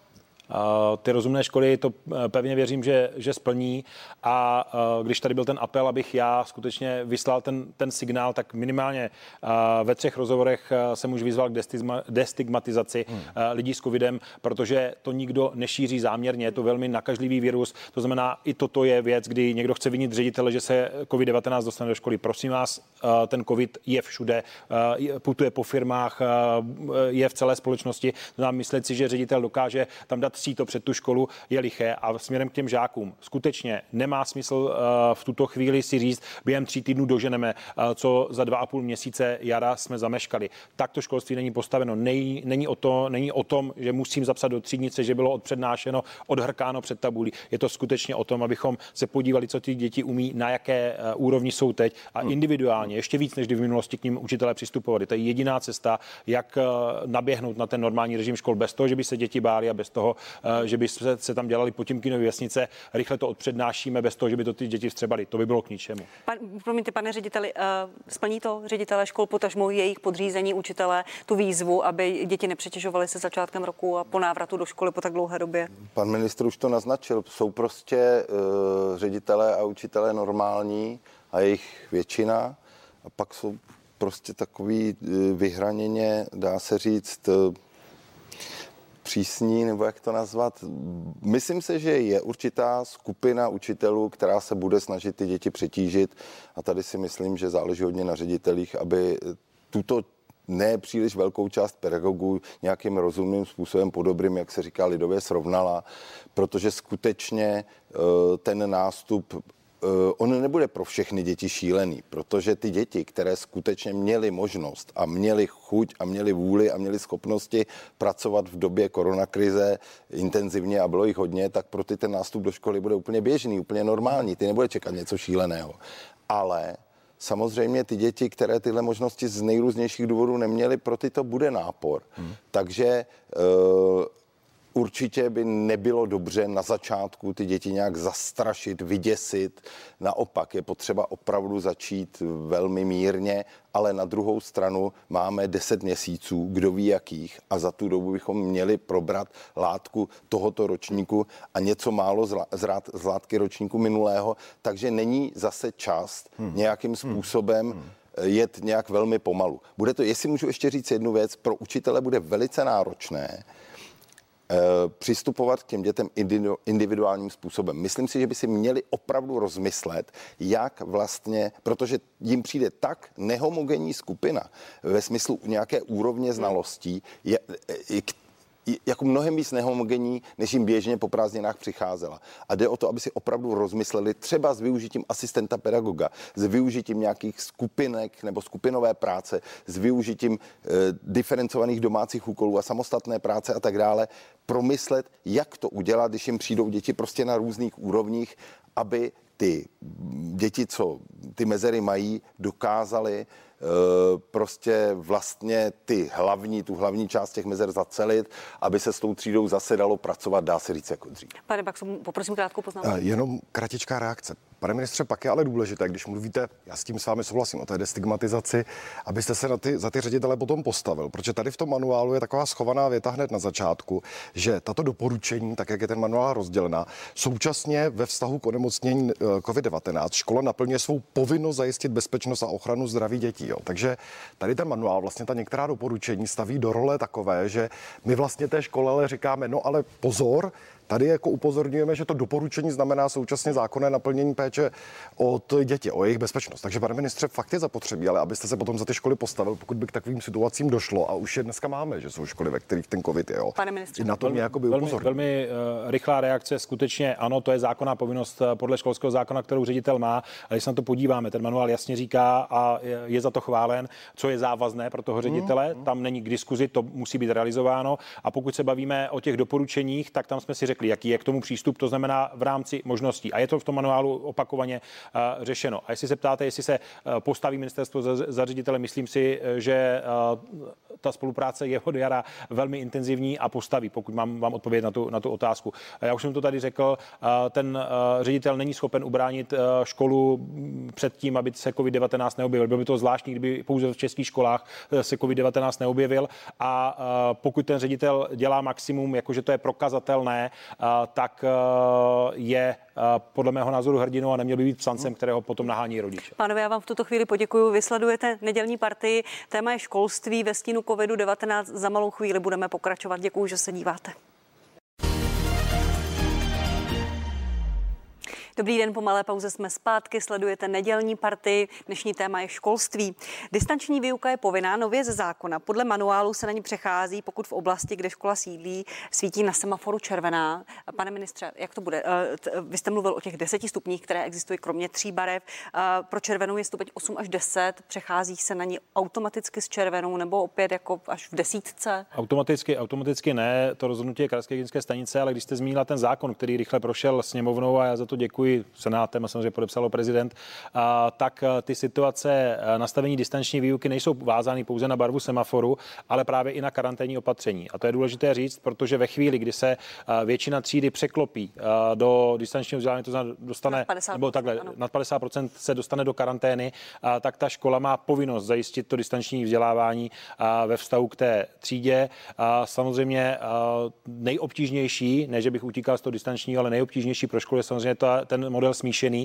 Ty rozumné školy to pevně věřím, že splní a když tady byl ten apel, abych já skutečně vyslal ten signál, tak minimálně ve 3 rozhovorech jsem už vyzval k destigmatizaci lidí s covidem, protože to nikdo nešíří záměrně, je to velmi nakažlivý virus, to znamená i toto je věc, kdy někdo chce vinit ředitele, že se COVID-19 dostane do školy. Prosím vás, ten covid je všude, putuje po firmách, je v celé společnosti, to znamená myslet si, že ředitel dokáže tam dát to před tu školu, je liché a směrem k těm žákům skutečně nemá smysl v tuto chvíli si říct, během 3 týdnů doženeme, co za 2,5 měsíce jara jsme zameškali. Tak to školství není postaveno. Není o tom, že musím zapsat do třídnice, že bylo odpřednášeno, odhrkáno před tabulí. Je to skutečně o tom, abychom se podívali, co ty děti umí, na jaké úrovni jsou teď a individuálně, ještě víc, než kdy v minulosti k nim učitelé přistupovali. To je jediná cesta, jak naběhnout na ten normální režim škol bez toho, že by se děti bály a bez toho, že by se tam dělali Potěmkinovy vesnice, rychle to odpřednášíme bez toho, že by to ty děti vstřebali. To by bylo k ničemu. Promiňte, pane řediteli, splní to ředitele škol, potažmo jejich podřízení učitelé tu výzvu, aby děti nepřetěžovaly se začátkem roku a po návratu do školy po tak dlouhé době? Pan ministr už to naznačil. Jsou prostě ředitelé a učitelé normální a jejich většina a pak jsou prostě takový vyhraněně, dá se říct, přísní, nebo jak to nazvat. Myslím si, že je určitá skupina učitelů, která se bude snažit ty děti přetížit a tady si myslím, že záleží hodně na ředitelích, aby tuto ne příliš velkou část pedagogů nějakým rozumným způsobem podobrým, jak se říká lidově, srovnala, protože skutečně ten nástup on nebude pro všechny děti šílený, protože ty děti, které skutečně měly možnost a měly chuť a měly vůli a měly schopnosti pracovat v době koronakrize intenzivně a bylo jich hodně, tak pro ty ten nástup do školy bude úplně běžný, úplně normální, ty nebude čekat něco šíleného. Ale samozřejmě ty děti, které tyhle možnosti z nejrůznějších důvodů neměly, pro ty to bude nápor. Takže určitě by nebylo dobře na začátku ty děti nějak zastrašit, vyděsit. Naopak je potřeba opravdu začít velmi mírně, ale na druhou stranu máme 10 měsíců, kdo ví jakých, a za tu dobu bychom měli probrat látku tohoto ročníku a něco málo z látky ročníku minulého, takže není zase čas nějakým způsobem jet nějak velmi pomalu. Bude to, jestli můžu ještě říct jednu věc, pro učitele bude velice náročné přistupovat k těm dětem individuálním způsobem. Myslím si, že by si měli opravdu rozmyslet, jak vlastně, protože jim přijde tak nehomogenní skupina ve smyslu nějaké úrovně znalostí, jako mnohem víc nehomogenní, než jim běžně po prázdninách přicházela. A jde o to, aby si opravdu rozmysleli třeba s využitím asistenta pedagoga, s využitím nějakých skupinek nebo skupinové práce, s využitím diferencovaných domácích úkolů a samostatné práce a tak dále, promyslet, jak to udělat, když jim přijdou děti prostě na různých úrovních, aby ty děti, co ty mezery mají, dokázaly prostě vlastně tu hlavní část těch mezer zacelit, aby se s tou třídou zase dalo pracovat, dá se říct, jako dřív. Pane Baxo, poprosím krátkou poznámku. Jenom kratičká reakce. Pane ministře, pak je ale důležité, když mluvíte, já s tím s vámi souhlasím, o té destigmatizaci, abyste se za ty ředitele potom postavil, protože tady v tom manuálu je taková schovaná věta hned na začátku, že tato doporučení, tak jak je ten manuál rozdělená, současně ve vztahu k onemocnění COVID-19 škola naplňuje svou povinnost zajistit bezpečnost a ochranu zdraví dětí. Jo. Takže tady ten manuál, vlastně ta některá doporučení staví do role takové, že my vlastně té škole ale říkáme, no ale pozor, tady jako upozorňujeme, že to doporučení znamená současně zákonné naplnění péče od dětí, o jejich bezpečnost. Takže, pane ministře, fakt je zapotřebí, ale abyste se potom za ty školy postavil, pokud by k takovým situacím došlo, a už je dneska máme, že jsou školy, ve kterých ten covid je. Jo. Pane ministře, na to mě jakoby upozorňuji. Velmi rychlá reakce, skutečně ano, to je zákonná povinnost podle školského zákona, kterou ředitel má, ale když se na to podíváme, ten manuál jasně říká a je za to chválen, co je závazné pro toho ředitele, tam není k diskuzi, to musí být realizováno, a pokud se bavíme o těch doporučeních, tak tam jsme si řekli, jaký je k tomu přístup, to znamená v rámci možností. A je to v tom manuálu opakovaně řešeno. A jestli se ptáte, jestli se postaví ministerstvo za ředitele, myslím si, že ta spolupráce je od jara velmi intenzivní a postaví, pokud mám vám odpovědět na tu otázku. Já už jsem to tady řekl, ten ředitel není schopen ubránit školu před tím, aby se COVID-19 neobjevil. Bylo by to zvláštní, kdyby pouze v českých školách se COVID-19 neobjevil, a pokud ten ředitel dělá maximum, jakože to je prokazatelné, tak je podle mého názoru hrdinou a neměl by být psancem, kterého potom nahání rodiče. Pánové, já vám v tuto chvíli poděkuji. Vysledujete nedělní partii. Téma je školství ve stínu COVID-19. Za malou chvíli budeme pokračovat. Děkuji, že se díváte. Dobrý den, po malé pauze jsme zpátky, sledujete nedělní partii. Dnešní téma je školství. Distanční výuka je povinná nově ze zákona. Podle manuálu se na ní přechází, pokud v oblasti, kde škola sídlí, svítí na semaforu červená. Pane ministře, jak to bude? Vy jste mluvil o těch 10 stupních, které existují kromě 3 barev. Pro červenou je stupeň 8 až 10. Přechází se na ní automaticky s červenou nebo opět jako až v 10? Automaticky ne, to rozhodnutí je krajské hygienické stanice, ale když jste zmínila ten zákon, který rychle prošel sněmovnou, a já za to děkuji senátem a samozřejmě podepsalo prezident, tak ty situace nastavení distanční výuky nejsou vázány pouze na barvu semaforu, ale právě i na karanténní opatření. A to je důležité říct, protože ve chvíli, kdy se většina třídy překlopí do distančního vzdělání, to znamená dostane, nebo takhle, nad 50% se dostane do karantény, tak ta škola má povinnost zajistit to distanční vzdělávání ve vztahu k té třídě. Samozřejmě nejobtížnější, ne že bych utíkal z toho distančního, ale nejobtížnější pro školu je samozřejmě ten model smíšený,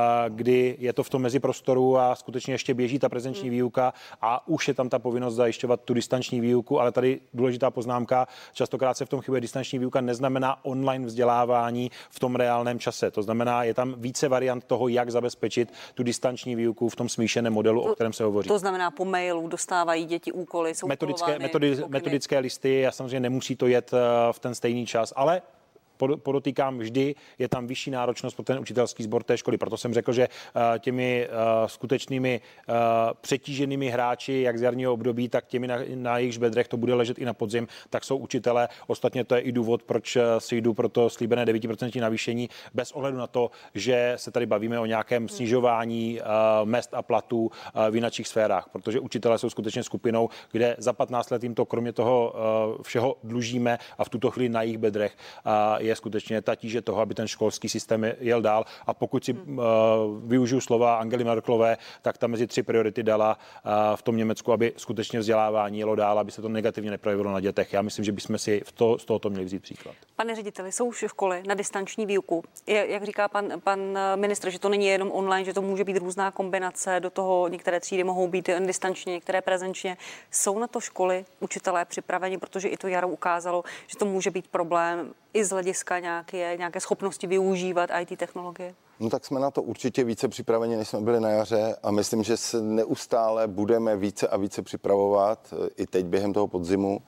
kdy je to v tom meziprostoru a skutečně ještě běží ta prezenční výuka a už je tam ta povinnost zajišťovat tu distanční výuku, ale tady důležitá poznámka, častokrát se v tom chybuje, distanční výuka neznamená online vzdělávání v tom reálném čase. To znamená, je tam více variant toho, jak zabezpečit tu distanční výuku v tom smíšeném modelu, o kterém se hovoří. To znamená, po mailu dostávají děti úkoly, jsou metodické listy a samozřejmě nemusí to jet v ten stejný čas, ale podotýkám, vždy je tam vyšší náročnost pro ten učitelský sbor té školy. Proto jsem řekl, že těmi skutečnými přetíženými hráči, jak z jarního období, tak těmi na jejichž bedrech to bude ležet i na podzim, tak jsou učitelé. Ostatně to je i důvod, proč si jdu pro to slíbené 9% navýšení, bez ohledu na to, že se tady bavíme o nějakém snižování mezd a platů v jiných sférách, protože učitelé jsou skutečně skupinou, kde za 15 let jim to kromě toho všeho dlužíme a v tuto chvíli na jejich bedrech je skutečně ta tíže toho, aby ten školský systém jel dál. A pokud si využiju slova Angely Merkelové, tak tam mezi 3 priority dala v tom Německu, aby skutečně vzdělávání jelo dál, aby se to negativně neprojevilo na dětech. Já myslím, že bychom si z tohoto měli vzít příklad. Pane řediteli, jsou školy na distanční výuku. Jak říká pan ministr, že to není jenom online, že to může být různá kombinace, do toho některé třídy mohou být distančně, některé prezenčně. Jsou na to školy, učitelé připraveni, protože i to jaro ukázalo, že to může být problém i z hlediska nějaké schopnosti využívat IT technologie? No tak jsme na to určitě více připraveni, než jsme byli na jaře, a myslím, že se neustále budeme více a více připravovat i teď během toho podzimu.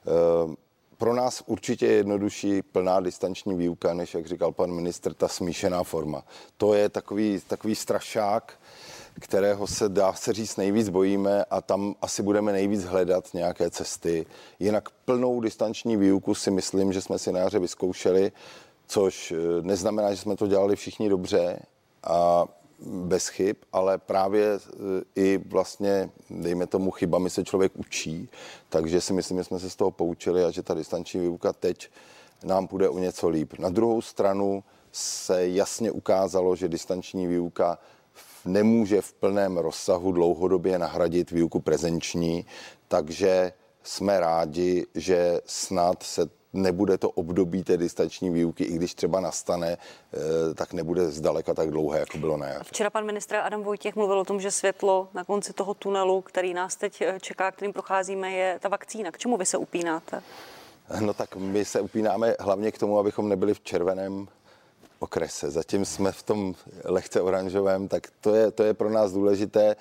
Pro nás určitě je jednodušší plná distanční výuka, než, jak říkal pan ministr, ta smíšená forma. To je takový strašák, kterého se dá se říct nejvíc bojíme, a tam asi budeme nejvíc hledat nějaké cesty. Jinak plnou distanční výuku si myslím, že jsme si na jaře vyzkoušeli, což neznamená, že jsme to dělali všichni dobře a bez chyb, ale právě i vlastně, dejme tomu, chybami se člověk učí, takže si myslím, že jsme se z toho poučili a že ta distanční výuka teď nám půjde o něco líp. Na druhou stranu se jasně ukázalo, že distanční výuka nemůže v plném rozsahu dlouhodobě nahradit výuku prezenční, takže jsme rádi, že snad se nebude to období té distanční výuky, i když třeba nastane, tak nebude zdaleka tak dlouhé, jako bylo na jaře. Včera pan ministr Adam Vojtěch mluvil o tom, že světlo na konci toho tunelu, který nás teď čeká, kterým procházíme, je ta vakcína. K čemu vy se upínáte? No tak my se upínáme hlavně k tomu, abychom nebyli v červeném okrese. Zatím jsme v tom lehce oranžovém, tak to je pro nás důležité.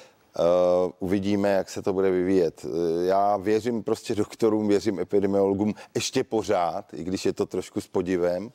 Uvidíme, jak se to bude vyvíjet. Já věřím prostě doktorům, věřím epidemiologům ještě pořád, i když je to trošku s podivem,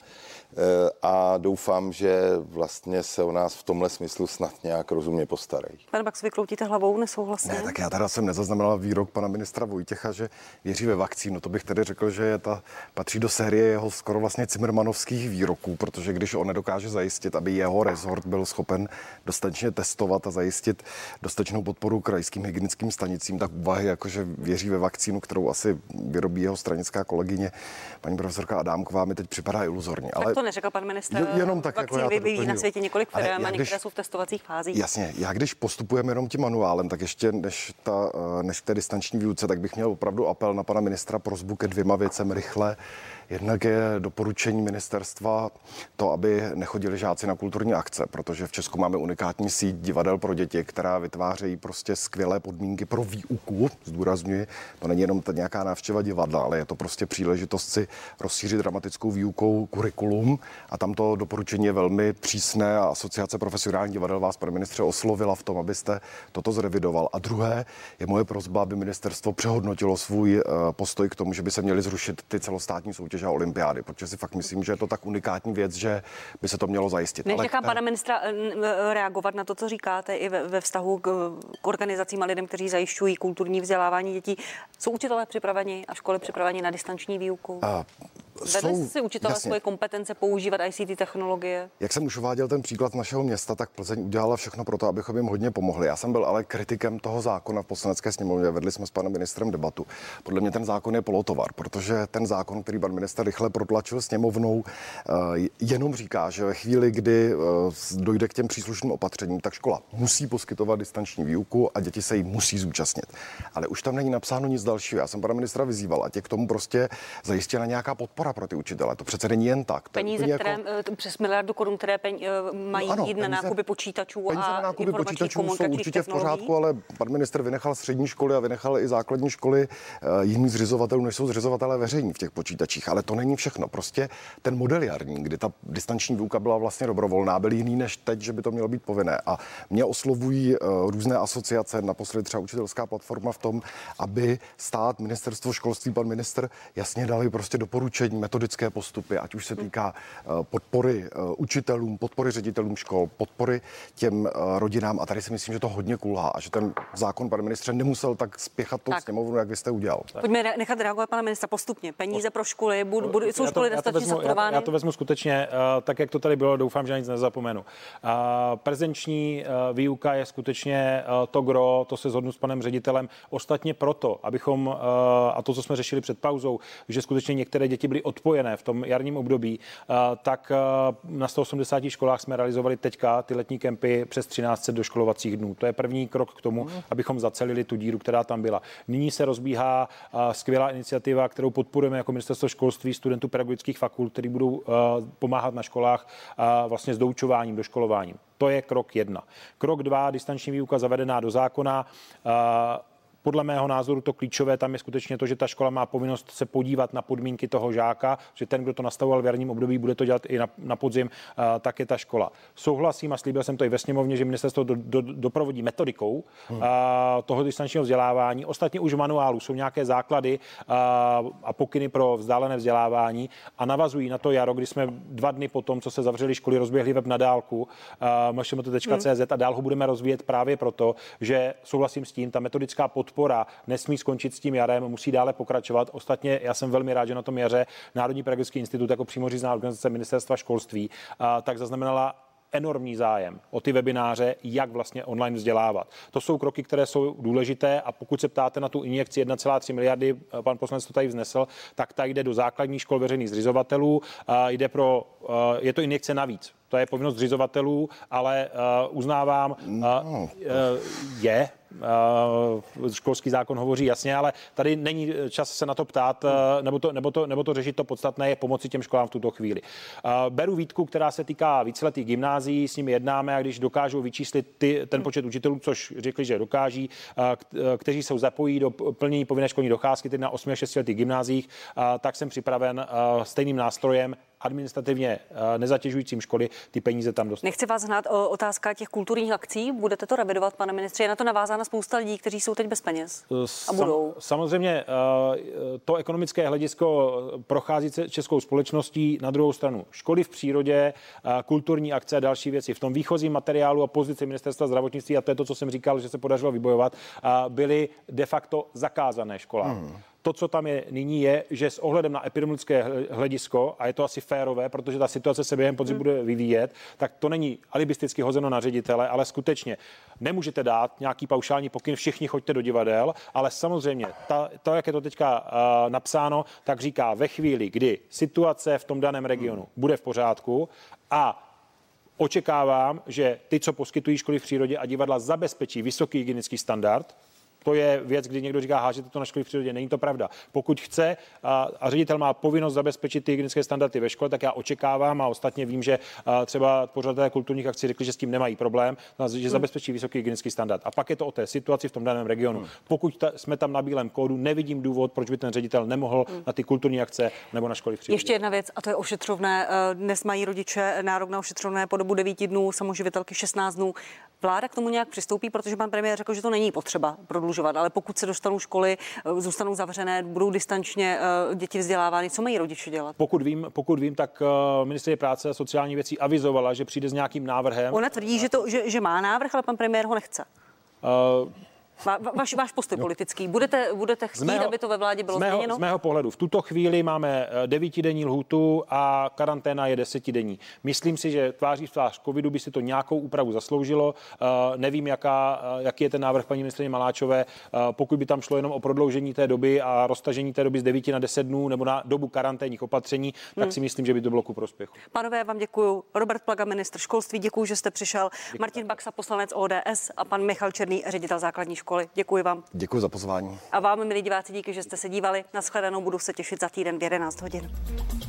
a doufám, že vlastně se o nás v tomhle smyslu snad nějak rozumně postarají. Pane Baxo, vy kroutíte hlavou, nesouhlasně? Ne, tak já teda jsem nezaznamenal výrok pana ministra Vojtěcha, že věří ve vakcínu. To bych tedy řekl, že patří do série jeho skoro vlastně cimrmanovských výroků, protože když on nedokáže zajistit, aby jeho rezort byl schopen dostatečně testovat a zajistit dostatečnou podporu krajským hygienickým stanicím, tak úvahy, jakože věří ve vakcínu, kterou asi vyrobí jeho stranická kolegyně, paní profesorka Adámková, mi teď připadá iluzorní. Tak to neřekl pan ministr. Jenom tak, jako já to vyvíjí na světě několik firm a když, některé jsou v testovacích fázích. Jasně, já když postupujeme jenom tím manuálem, tak ještě než k té distanční výuce, tak bych měl opravdu apel na pana ministra, prosbu ke 2 věcem rychle. Jednak je doporučení ministerstva to, aby nechodili žáci na kulturní akce, protože v Česku máme unikátní síť divadel pro děti, která vytvářejí prostě skvělé podmínky pro výuku. Zdůrazňuji, to není jenom nějaká návštěva divadla, ale je to prostě příležitost si rozšířit dramatickou výukou kurikulum a tam to doporučení je velmi přísné a Asociace profesionálních divadel vás, pane ministře, oslovila v tom, abyste toto zrevidoval. A druhé je moje prosba, aby ministerstvo přehodnotilo svůj postoj k tomu, že by se měly zrušit ty celostátní soutěže a olympiády, protože si fakt myslím, že je to tak unikátní věc, že by se to mělo zajistit. Než nechám pana ministra reagovat na to, co říkáte i ve vztahu k organizacím a lidem, kteří zajišťují kulturní vzdělávání dětí. Jsou učitelé připraveni a školy připraveni na distanční výuku? Vedli si učitelé svoje kompetence používat ICT technologie? Jak jsem už uváděl ten příklad našeho města, tak Plzeň udělala všechno pro to, abychom jim hodně pomohli. Já jsem byl ale kritikem toho zákona v Poslanecké sněmovně, vedli jsme s panem ministrem debatu. Podle mě ten zákon je polotovar, protože ten zákon, který pan ministr rychle protlačil sněmovnou, jenom říká, že ve chvíli, kdy dojde k těm příslušným opatřením, tak škola musí poskytovat distanční výuku a děti se jí musí zúčastnit. Ale už tam není napsáno nic dalšího. Já jsem pana ministra vyzýval, ať je k tomu prostě zajistěna nějaká podpora pro ty učitele. To přece není jen tak. Peníze, které přes 1 miliardu korun, které mají jít na nákupy počítačů a informačních jsou určitě v pořádku, ale pan ministr vynechal střední školy a vynechal i základní školy jiných zřizovatelů, než jsou zřizovatelé veřejní v těch počítačích. Ale to není všechno. Prostě ten model jarní, kdy ta distanční výuka byla vlastně dobrovolná, byl jiný než teď, že by to mělo být povinné. A mě oslovují různé asociace, naposledy třeba učitelská platforma v tom, aby stát, ministerstvo školství, pan ministr jasně dali prostě doporučení, metodické postupy, ať už se týká podpory učitelům, podpory ředitelům škol, podpory těm rodinám. A tady si myslím, že to hodně kulhá a že ten zákon, pane ministře, nemusel tak spěchat tou sněmovnu, jak vy jste udělal. Pojďme nechat reagovat pana ministra postupně. Peníze pro školy, jsou školy dostatečně saturovány? Já to vezmu skutečně tak, jak to tady bylo, doufám, že nic nezapomenu. Prezenční výuka je skutečně to gro, to se shodnu s panem ředitelem. Ostatně proto, abychom, a to, co jsme řešili před pauzou, že skutečně některé děti byly odpojené v tom jarním období, tak na 180 školách jsme realizovali teďka ty letní kempy přes 1300 doškolovacích dnů. To je první krok k tomu, abychom zacelili tu díru, která tam byla. Nyní se rozbíhá skvělá iniciativa, kterou podporujeme jako ministerstvo školství studentů pedagogických fakult, kteří budou pomáhat na školách vlastně s doučováním, doškolováním. To je krok 1. Krok 2, distanční výuka zavedená do zákona. Podle mého názoru to klíčové tam je skutečně to, že ta škola má povinnost se podívat na podmínky toho žáka, že ten, kdo to nastavoval v jarním období, bude to dělat i na podzim, tak je ta škola. Souhlasím a slíbil jsem to i ve sněmovně, že ministerstvo doprovodí metodikou toho distančního vzdělávání. Ostatně už v manuálu jsou nějaké základy a pokyny pro vzdálené vzdělávání a navazují na to jaro, kdy jsme 2 dny po tom, co se zavřely školy, rozběhli web na dálku mšmt.cz a dál ho budeme rozvíjet právě proto, že souhlasím s tím, ta metodická podpora nesmí skončit s tím jarem, musí dále pokračovat. Ostatně já jsem velmi rád, že na tom jaře Národní pedagogický institut jako přímo řízená organizace ministerstva školství tak zaznamenala enormní zájem o ty webináře, jak vlastně online vzdělávat. To jsou kroky, které jsou důležité a pokud se ptáte na tu injekci 1,3 miliardy, pan poslanec to tady vznesl, tak ta jde do základních škol veřejných zřizovatelů, je to injekce navíc. To je povinnost zřizovatelů, ale uznávám, školský zákon hovoří jasně, ale tady není čas se na to ptát, nebo to řešit. To podstatné je pomoci těm školám v tuto chvíli. Beru výtku, která se týká víceletých gymnázií, s nimi jednáme a když dokážou vyčíslit ten počet učitelů, což řekli, že dokáží, kteří se zapojí do plnění povinné školní docházky, tedy na 8 a 6 letých gymnáziích, tak jsem připraven stejným nástrojem administrativně nezatěžujícím školy ty peníze tam dostat. Nechci vás hnát o otázka těch kulturních akcí. Budete to revidovat, pane ministře? Je na to navázána spousta lidí, kteří jsou teď bez peněz a budou. Samozřejmě to ekonomické hledisko prochází českou společností. Na druhou stranu školy v přírodě, kulturní akce a další věci. V tom výchozím materiálu a pozici ministerstva zdravotnictví, a to je to, co jsem říkal, že se podařilo vybojovat, byly de facto zakázané školám. To, co tam je nyní, je, že s ohledem na epidemiologické hledisko, a je to asi férové, protože ta situace se během podzimu bude vyvíjet, tak to není alibisticky hozeno na ředitele, ale skutečně nemůžete dát nějaký paušální pokyn, všichni choďte do divadel, ale samozřejmě to, jak je to teďka napsáno, tak říká ve chvíli, kdy situace v tom daném regionu bude v pořádku a očekávám, že ty, co poskytují školy v přírodě a divadla, zabezpečí vysoký hygienický standard. To je věc, kdy někdo říká, hážete to na školy v přírodě. Není to pravda. Pokud chce a ředitel má povinnost zabezpečit ty hygienické standardy ve škole, tak já očekávám a ostatně vím, že třeba pořadatelé kulturních akcí řekli, že s tím nemají problém, že zabezpečí vysoký hygienický standard. A pak je to o té situaci v tom daném regionu. Pokud jsme tam na bílém kódu, nevidím důvod, proč by ten ředitel nemohl na ty kulturní akce nebo na školy v přírodě. Ještě jedna věc, a to je ošetřovné. Dnes mají rodiče nárok na ošetřovné po dobu 9 dnů, samoživitelky 16 dnů. Vláda k tomu nějak přistoupí, protože pan premiér řekl, že to není potřeba prodlužovat, ale pokud se dostanou školy, zůstanou zavřené, budou distančně děti vzdělávány, co mají rodiče dělat? Pokud vím, tak ministryně práce a sociální věcí avizovala, že přijde s nějakým návrhem. Ona tvrdí, že má návrh, ale pan premiér ho nechce. Váš postoj politický. Budete chtít, aby to ve vládě bylo změněno? Z mého pohledu. V tuto chvíli máme 9denní lhůtu a karanténa je 10denní. Myslím si, že tváří v tvář covidu by si to nějakou úpravu zasloužilo. Nevím, jaký je ten návrh paní ministryně Maláčové. Pokud by tam šlo jenom o prodloužení té doby a roztažení té doby z 9 na 10 dnů nebo na dobu karanténních opatření, tak si myslím, že by to bylo ku prospěchu. Pánové, já vám děkuju. Robert Plaga, ministr školství, děkuju, že jste přišel. Děkuji. Martin Baxa, poslanec ODS a pan Michal Černý, ředitel základní školy. Děkuji vám. Děkuji za pozvání. A vám, milí diváci, díky, že jste se dívali. Na shledanou, budu se těšit za týden v 11 hodin.